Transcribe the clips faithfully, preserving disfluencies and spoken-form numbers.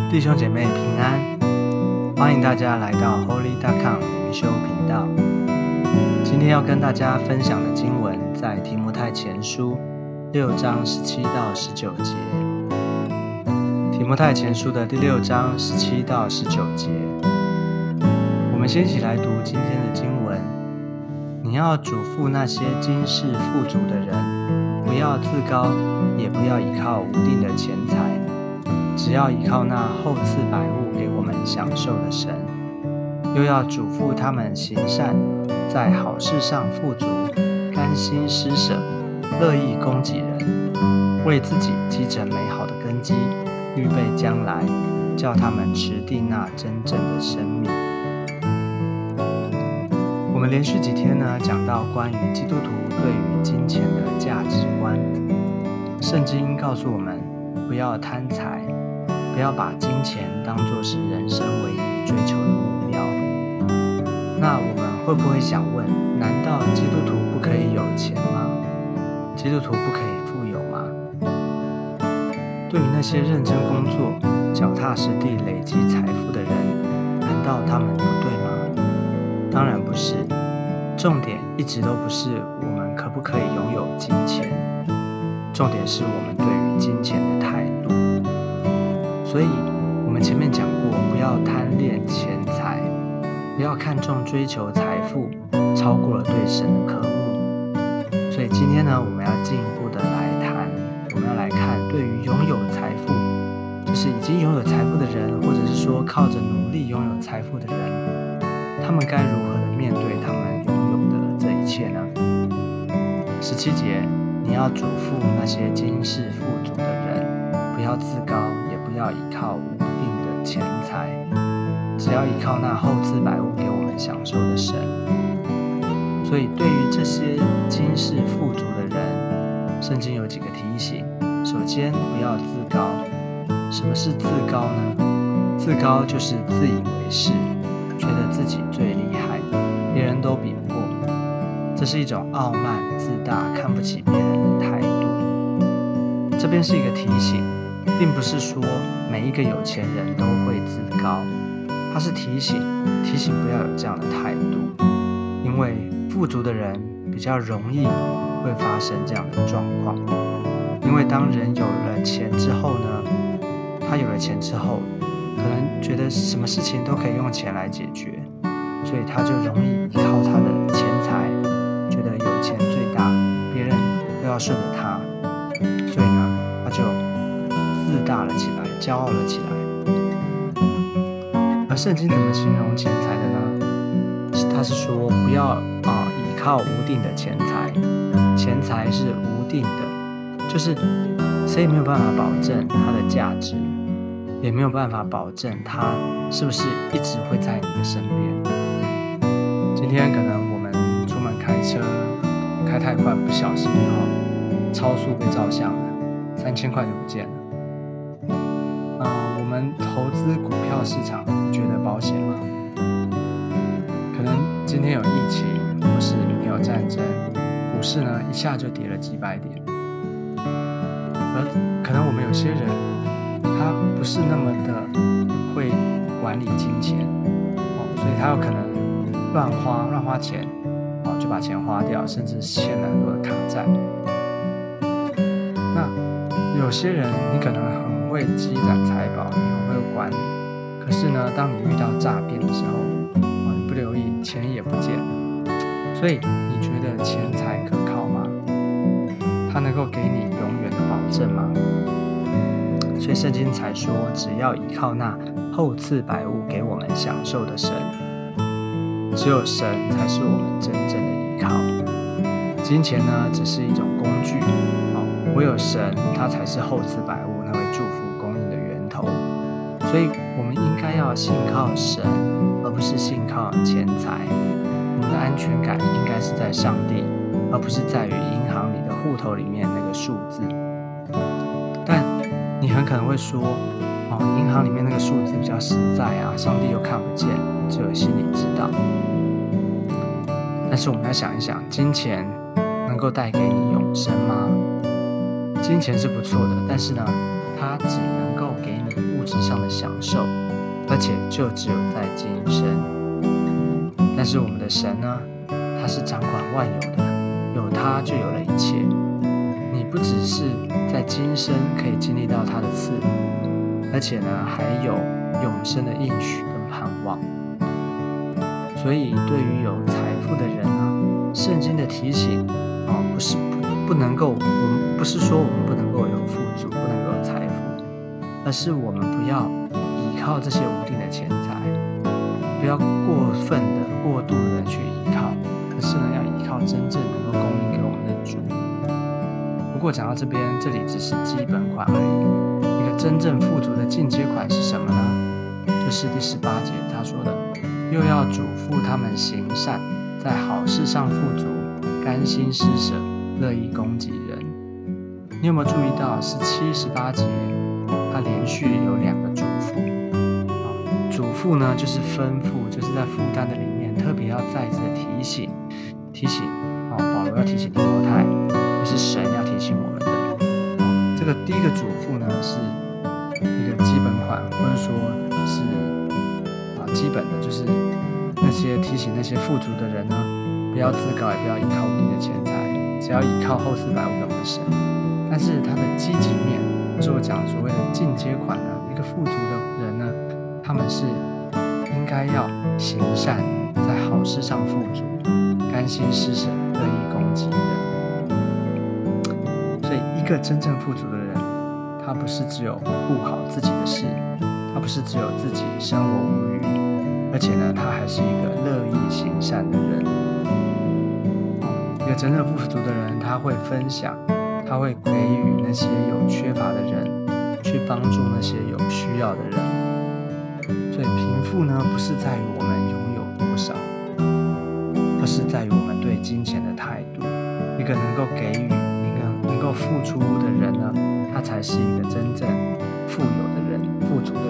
弟兄姐妹平安，欢迎大家来到 Holy dot com 灵修频道。今天要跟大家分享的经文在提摩太前书六章十七到十九节。提摩太前书的第六章十七到十九节，我们先一起来读今天的经文。你要嘱咐那些今世富足的人，不要自高，也不要依靠无定的钱财，只要依靠那厚赐百物给我们享受的神。又要嘱咐他们行善，在好事上富足，甘心施舍，乐意供给人，为自己积成美好的根基，预备将来，叫他们持定那真正的生命。我们连续几天呢，讲到关于基督徒对于金钱的价值观。圣经告诉我们，不要贪财，不要把金钱当作是人生唯一追求的目标。那我们会不会想问，难道基督徒不可以有钱吗？基督徒不可以富有吗？对于那些认真工作、脚踏实地累积财富的人，难道他们不对吗？当然不是。重点一直都不是我们可不可以拥有金钱，重点是我们对于金钱的态度。所以我们前面讲过，不要贪恋钱财，不要看重追求财富超过了对神的渴慕。所以今天呢，我们要进一步的来谈，我们要来看对于拥有财富，就是已经拥有财富的人，或者是说靠着努力拥有财富的人，他们该如何的面对他们拥有的这一切呢？十七节，你要嘱咐那些今世富足的人，不要自高，也不要依靠无定的钱财，只要依靠那厚赐百物给我们享受的神。所以对于这些今世富足的人，圣经有几个提醒。首先，不要自高。什么是自高呢？自高就是自以为是，觉得自己最厉害，别人都比不过。这是一种傲慢、自大、看不起别人的态度。这边是一个提醒，并不是说每一个有钱人都会自高，它是提醒，提醒不要有这样的态度。因为富足的人比较容易会发生这样的状况。因为当人有了钱之后呢，他有了钱之后，可能觉得什么事情都可以用钱来解决，所以他就容易依靠他的钱财，觉得有钱最大，别人都要顺着他，所以呢，他就自大了起来，骄傲了起来。而圣经怎么形容钱财的呢？他是说不要啊、呃、依靠无定的钱财，钱财是无定的，就是谁也没有办法保证它的价值，也没有办法保证它是不是一直会在你的身边。今天可能我们出门开车开太快，不小心哦超速被照相了，三千块就不见了。嗯、呃，我们投资股票市场，你觉得保险吗？可能今天有疫情，或是明天有战争，股市呢一下就跌了几百点。而可能我们有些人，他不是那么的会管理金钱，哦，所以他有可能乱花乱花钱，哦，就把钱花掉，甚至欠了很多的卡债。那有些人，你可能很会积攒财宝，你很会管理，可是呢，当你遇到诈骗的时候，哦，你不留意，钱也不见了。所以你觉得钱财可靠吗？它能够给你永远的保证吗？所以圣经才说，只要依靠那厚赐百物给我们享受的神，只有神才是我们真正的依靠。金钱呢，只是一种工具，哦，唯有神，他才是厚赐百物，那位祝福供应的源头。所以我们应该要信靠神，而不是信靠钱财。我们的安全感应该是在上帝，而不是在于银行里的户头里面那个数字。但你很可能会说，哦，银行里面那个数字比较实在啊，上帝又看不见，只有心里知道。但是我们要想一想，金钱能够带给你永生吗？金钱是不错的，但是呢，它只能够给你物物质上的享受，而且就只有在今生。但是我们的神呢，他是掌管万有的，有他就有了一切。你不只是在今生可以经历到他的赐福，而且呢还有永生的应许跟盼望。所以对于有财富的人呢，圣经的提醒哦，不是不能够，我们不是说我们不能够有富足，不能够有财富，而是我们不要依靠这些无定的钱财，不要过分的、过度的去依靠，而是呢要依靠真正能够供应给我们的主。不过讲到这边，这里只是基本款而已。一个真正富足的进阶款是什么呢？就是第十八节他说的，又要嘱咐他们行善，在好事上富足，甘心施舍，乐意供给人。你有没有注意到十七、十八节，它连续有两个嘱咐？嘱咐呢，就是吩咐，就是在负担的里面特别要再次的提醒，提醒哦，保罗要提醒提摩太，也是神要提醒我们的。哦、这个第一个嘱咐呢，是一个基本款，或者说是啊基本的，就是那些提醒那些富足的人呢，不要自高，也不要依靠无定的钱财，只要依靠后四百五的神。但是它的积极面，就是我讲所谓的进阶款呢，一个富足的人呢，他们是应该要行善，在好事上富足，甘心施舍，乐意供给人。所以一个真正富足的人，他不是只有顾好自己的事，他不是只有自己生活无虞，而且呢，他还是一个乐意行善的人。一个真正富足的人，他会分享，他会给予那些有缺乏的人，去帮助那些有需要的人。所以贫富呢，不是在于我们拥有多少，而是在于我们对金钱的态度。一个能够给予，一个能够付出的人呢，他才是一个真正富有的人，富足的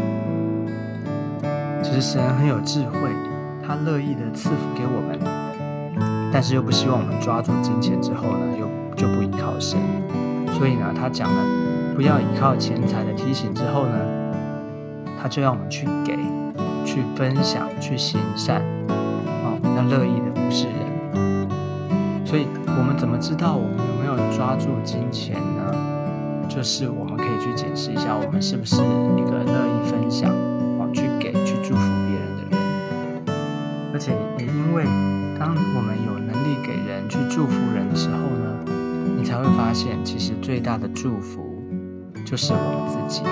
人。其实神很有智慧，他乐意的赐福给我们，但是又不希望我们抓住金钱之后呢，又就不依靠神。所以呢，他讲了不要依靠钱财的提醒之后呢，他就让我们去给，去分享，去行善，哦，要乐意的服侍人。所以我们怎么知道我们有没有抓住金钱呢？就是我们可以去检视一下，我们是不是一个乐意分享，哦，去给，去祝福别人的人。而且也因为当我们有能力给人，去祝福人的时候呢，你才会发现，其实最大的祝福就是我们自己。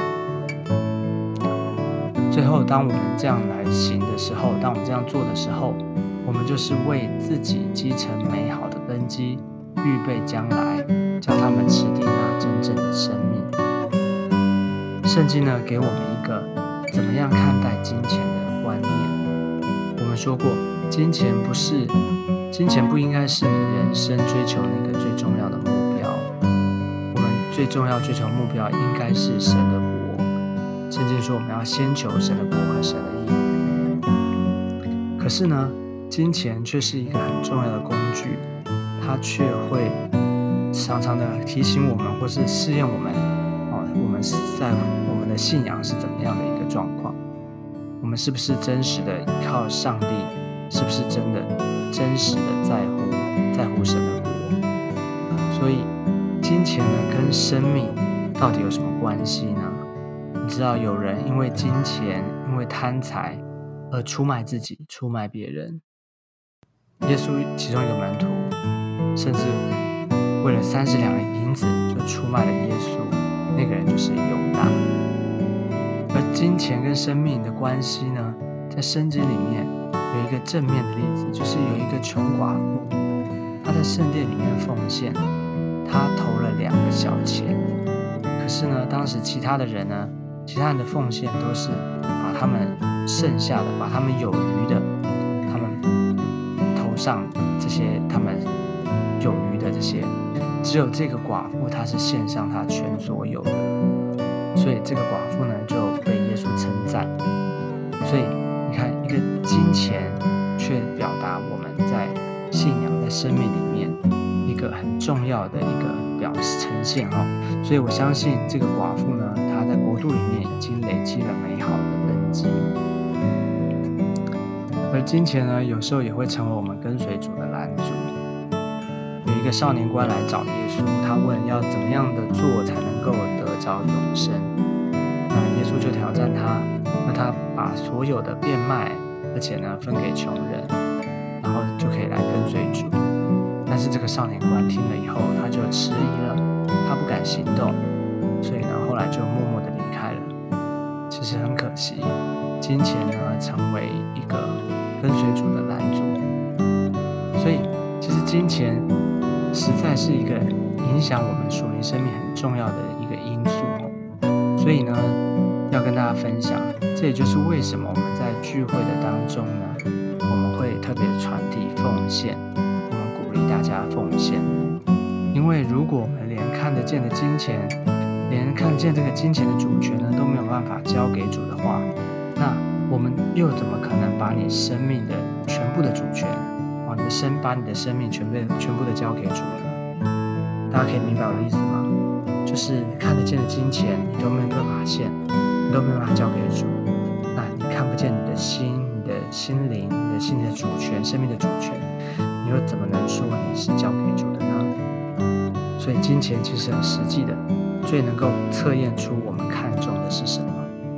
最后，当我们这样来行的时候，当我们这样做的时候，我们就是为自己积成美好的根基，预备将来，叫他们持定那真正的生命。圣经呢，给我们一个怎么样看待金钱的观念。我们说过，金钱不是，金钱不应该是你人生追求那个最重要的目标。我们最重要追求目标应该是神的国。圣经说我们要先求神的国和神的义。可是呢，金钱却是一个很重要的工具，它却会常常的提醒我们，或是试验我们，哦，我们在我们的信仰是怎么样的一个状况？我们是不是真实的依靠上帝？是不是真的真实的在乎在乎神的国？所以，金钱呢跟生命到底有什么关系呢？你知道有人因为金钱，因为贪财而出卖自己，出卖别人。耶稣其中一个门徒，甚至为了三十两银子就出卖了耶稣，那个人就是犹大。而金钱跟生命的关系呢，在圣经里面有一个正面的例子，就是有一个穷寡妇，她在圣殿里面奉献，她投了两个小钱。可是呢，当时其他的人呢，其他人的奉献都是把他们剩下的，把他们有余的，他们头上这些他们有余的这些，只有这个寡妇，她是献上她全所有的。所以这个寡妇呢，就被耶稣称赞。所以你看，一个金钱却表达我们在信仰、在生命里面一个很重要的一个表呈现哦。所以我相信这个寡妇呢，她在国度里面已经累积了美好的根基。而金钱呢，有时候也会成为我们跟随主的拦阻。有一个少年官来找耶稣，他问要怎么样的做才能够得着永生。那耶稣就挑战他，那他把所有的变卖，而且呢分给穷人，然后就可以来跟随主。但是这个少年官听了以后，他就迟疑了，他不敢行动，所以呢后来就默默的离开了。其实很可惜，金钱呢成为一个跟随主的拦阻。所以其实金钱实在是一个影响我们属灵生命很重要的一个因素。所以呢要跟大家分享，这也就是为什么我们在聚会的当中呢，我们会特别传递奉献，我们鼓励大家奉献。因为如果我们连看得见的金钱，连看得见这个金钱的主权呢都没有办法交给主的话，那我们又怎么可能把你生命的全部的主权，哦，你的生把你的生命全部全部的交给主呢？大家可以明白我的意思吗？就是看得见的金钱你都没有办法献，你都没有办法交给主，那你看不见你的心、你的心灵、你的心灵的主权、生命的主权，你又怎么能说你是交给主的呢？所以金钱其实很实际的，最能够测验出我们看重的是什么。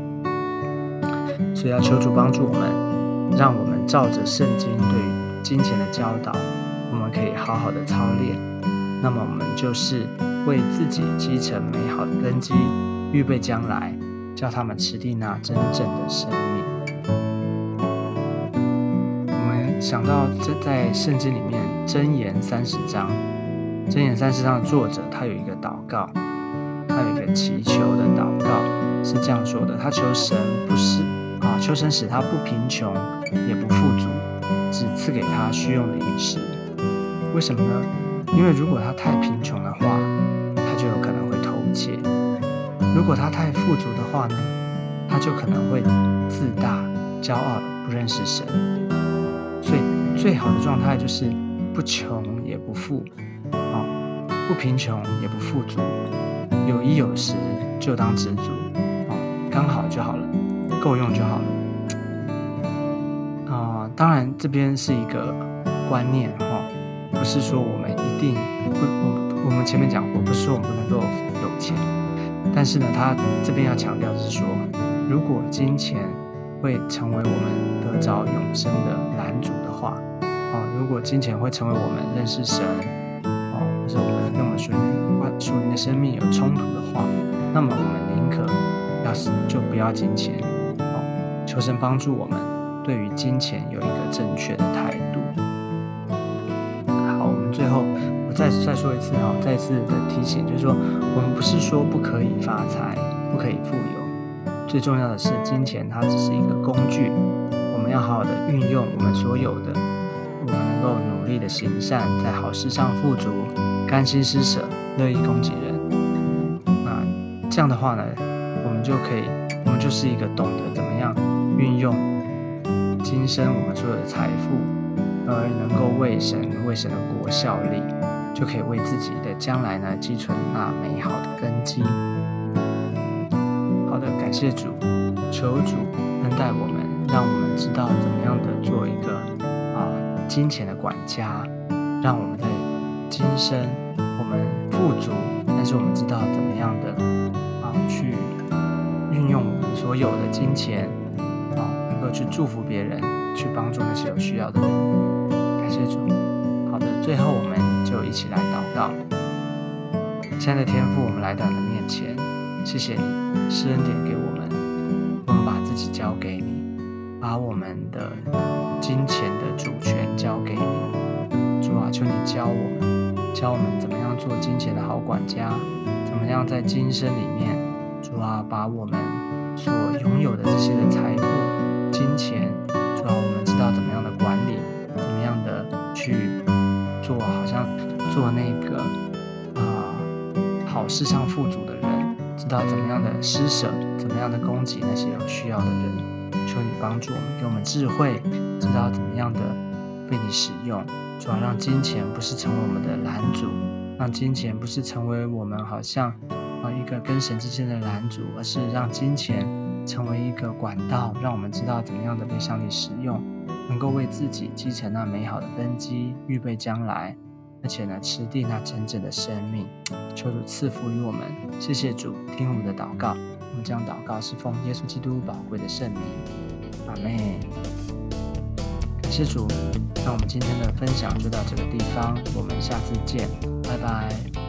所以要求主帮助我们，让我们照着圣经对于金钱的教导，我们可以好好的操练。那么我们就是为自己积成美好的根基，预备将来，叫他们持定那真正的生命。我们想到这在圣经里面箴言三十章，箴言三十章的作者他有一个祷告，他有一个祈求的祷告，是这样说的：他求神不是啊，求神使他不贫穷，也不富足，只赐给他需用的饮食。为什么呢？因为如果他太贫穷的话，他就有可能会偷窃；如果他太富足的话呢，他就可能会自大、骄傲，不认识神。所以最好的状态就是不穷也不富，哦，不贫穷也不富足，有衣有食就当知足，哦，刚好就好了，够用就好了。啊、呃，当然这边是一个观念哈。哦，不是说我们一定不，我们前面讲过，不是说我们不能够有钱，但是呢，他这边要强调的是说，如果金钱会成为我们得着永生的拦阻的话，哦，如果金钱会成为我们认识神，哦，或者我们跟我们属灵属灵的生命有冲突的话，那么我们宁可要是就不要金钱，哦，求神帮助我们对于金钱有一个正确的态度。最后，我再再说一次哈，再次的提醒，就是说，我们不是说不可以发财，不可以富有，最重要的是，金钱它只是一个工具，我们要好好的运用我们所有的，我们能够努力的行善，在好事上富足，甘心施舍，乐意供给人。那这样的话呢，我们就可以，我们就是一个懂得怎么样运用今生我们所有的财富，而能够为神为神的国效力，就可以为自己的将来呢积存那美好的根基。好的，感谢主，求主恩待我们，让我们知道怎么样的做一个啊金钱的管家，让我们在今生我们富足，但是我们知道怎么样的啊去运用我们所有的金钱啊，能够去祝福别人，去帮助那些有需要的人。感谢主。好的，最后我们就一起来祷告。亲爱的天父，我们来到你的面前，谢谢你施恩典给我们，我们把自己交给你，把我们的金钱的主权交给你。主啊，求你教我们，教我们怎么样做金钱的好管家，怎么样在今生里面，主啊，把我们所拥有的这些的财富、金钱，主啊，我们知道怎么样的管理，怎么样的去做，好像做那个啊、呃、好事上富足的人，知道怎么样的施舍，怎么样的供给那些有需要的人。求你帮助我们，给我们智慧，知道怎么样的被你使用。主要让金钱不是成为我们的拦阻，让金钱不是成为我们好像一个跟神之间的拦阻，而是让金钱成为一个管道，让我们知道怎么样的被上帝使用，能够为自己积成那美好的根基，预备将来，而且呢，持定那真正的生命。求主赐福于我们，谢谢主，听我们的祷告。我们将祷告是奉耶稣基督宝贵的圣名，阿们。感谢主，那我们今天的分享就到这个地方，我们下次见，拜拜。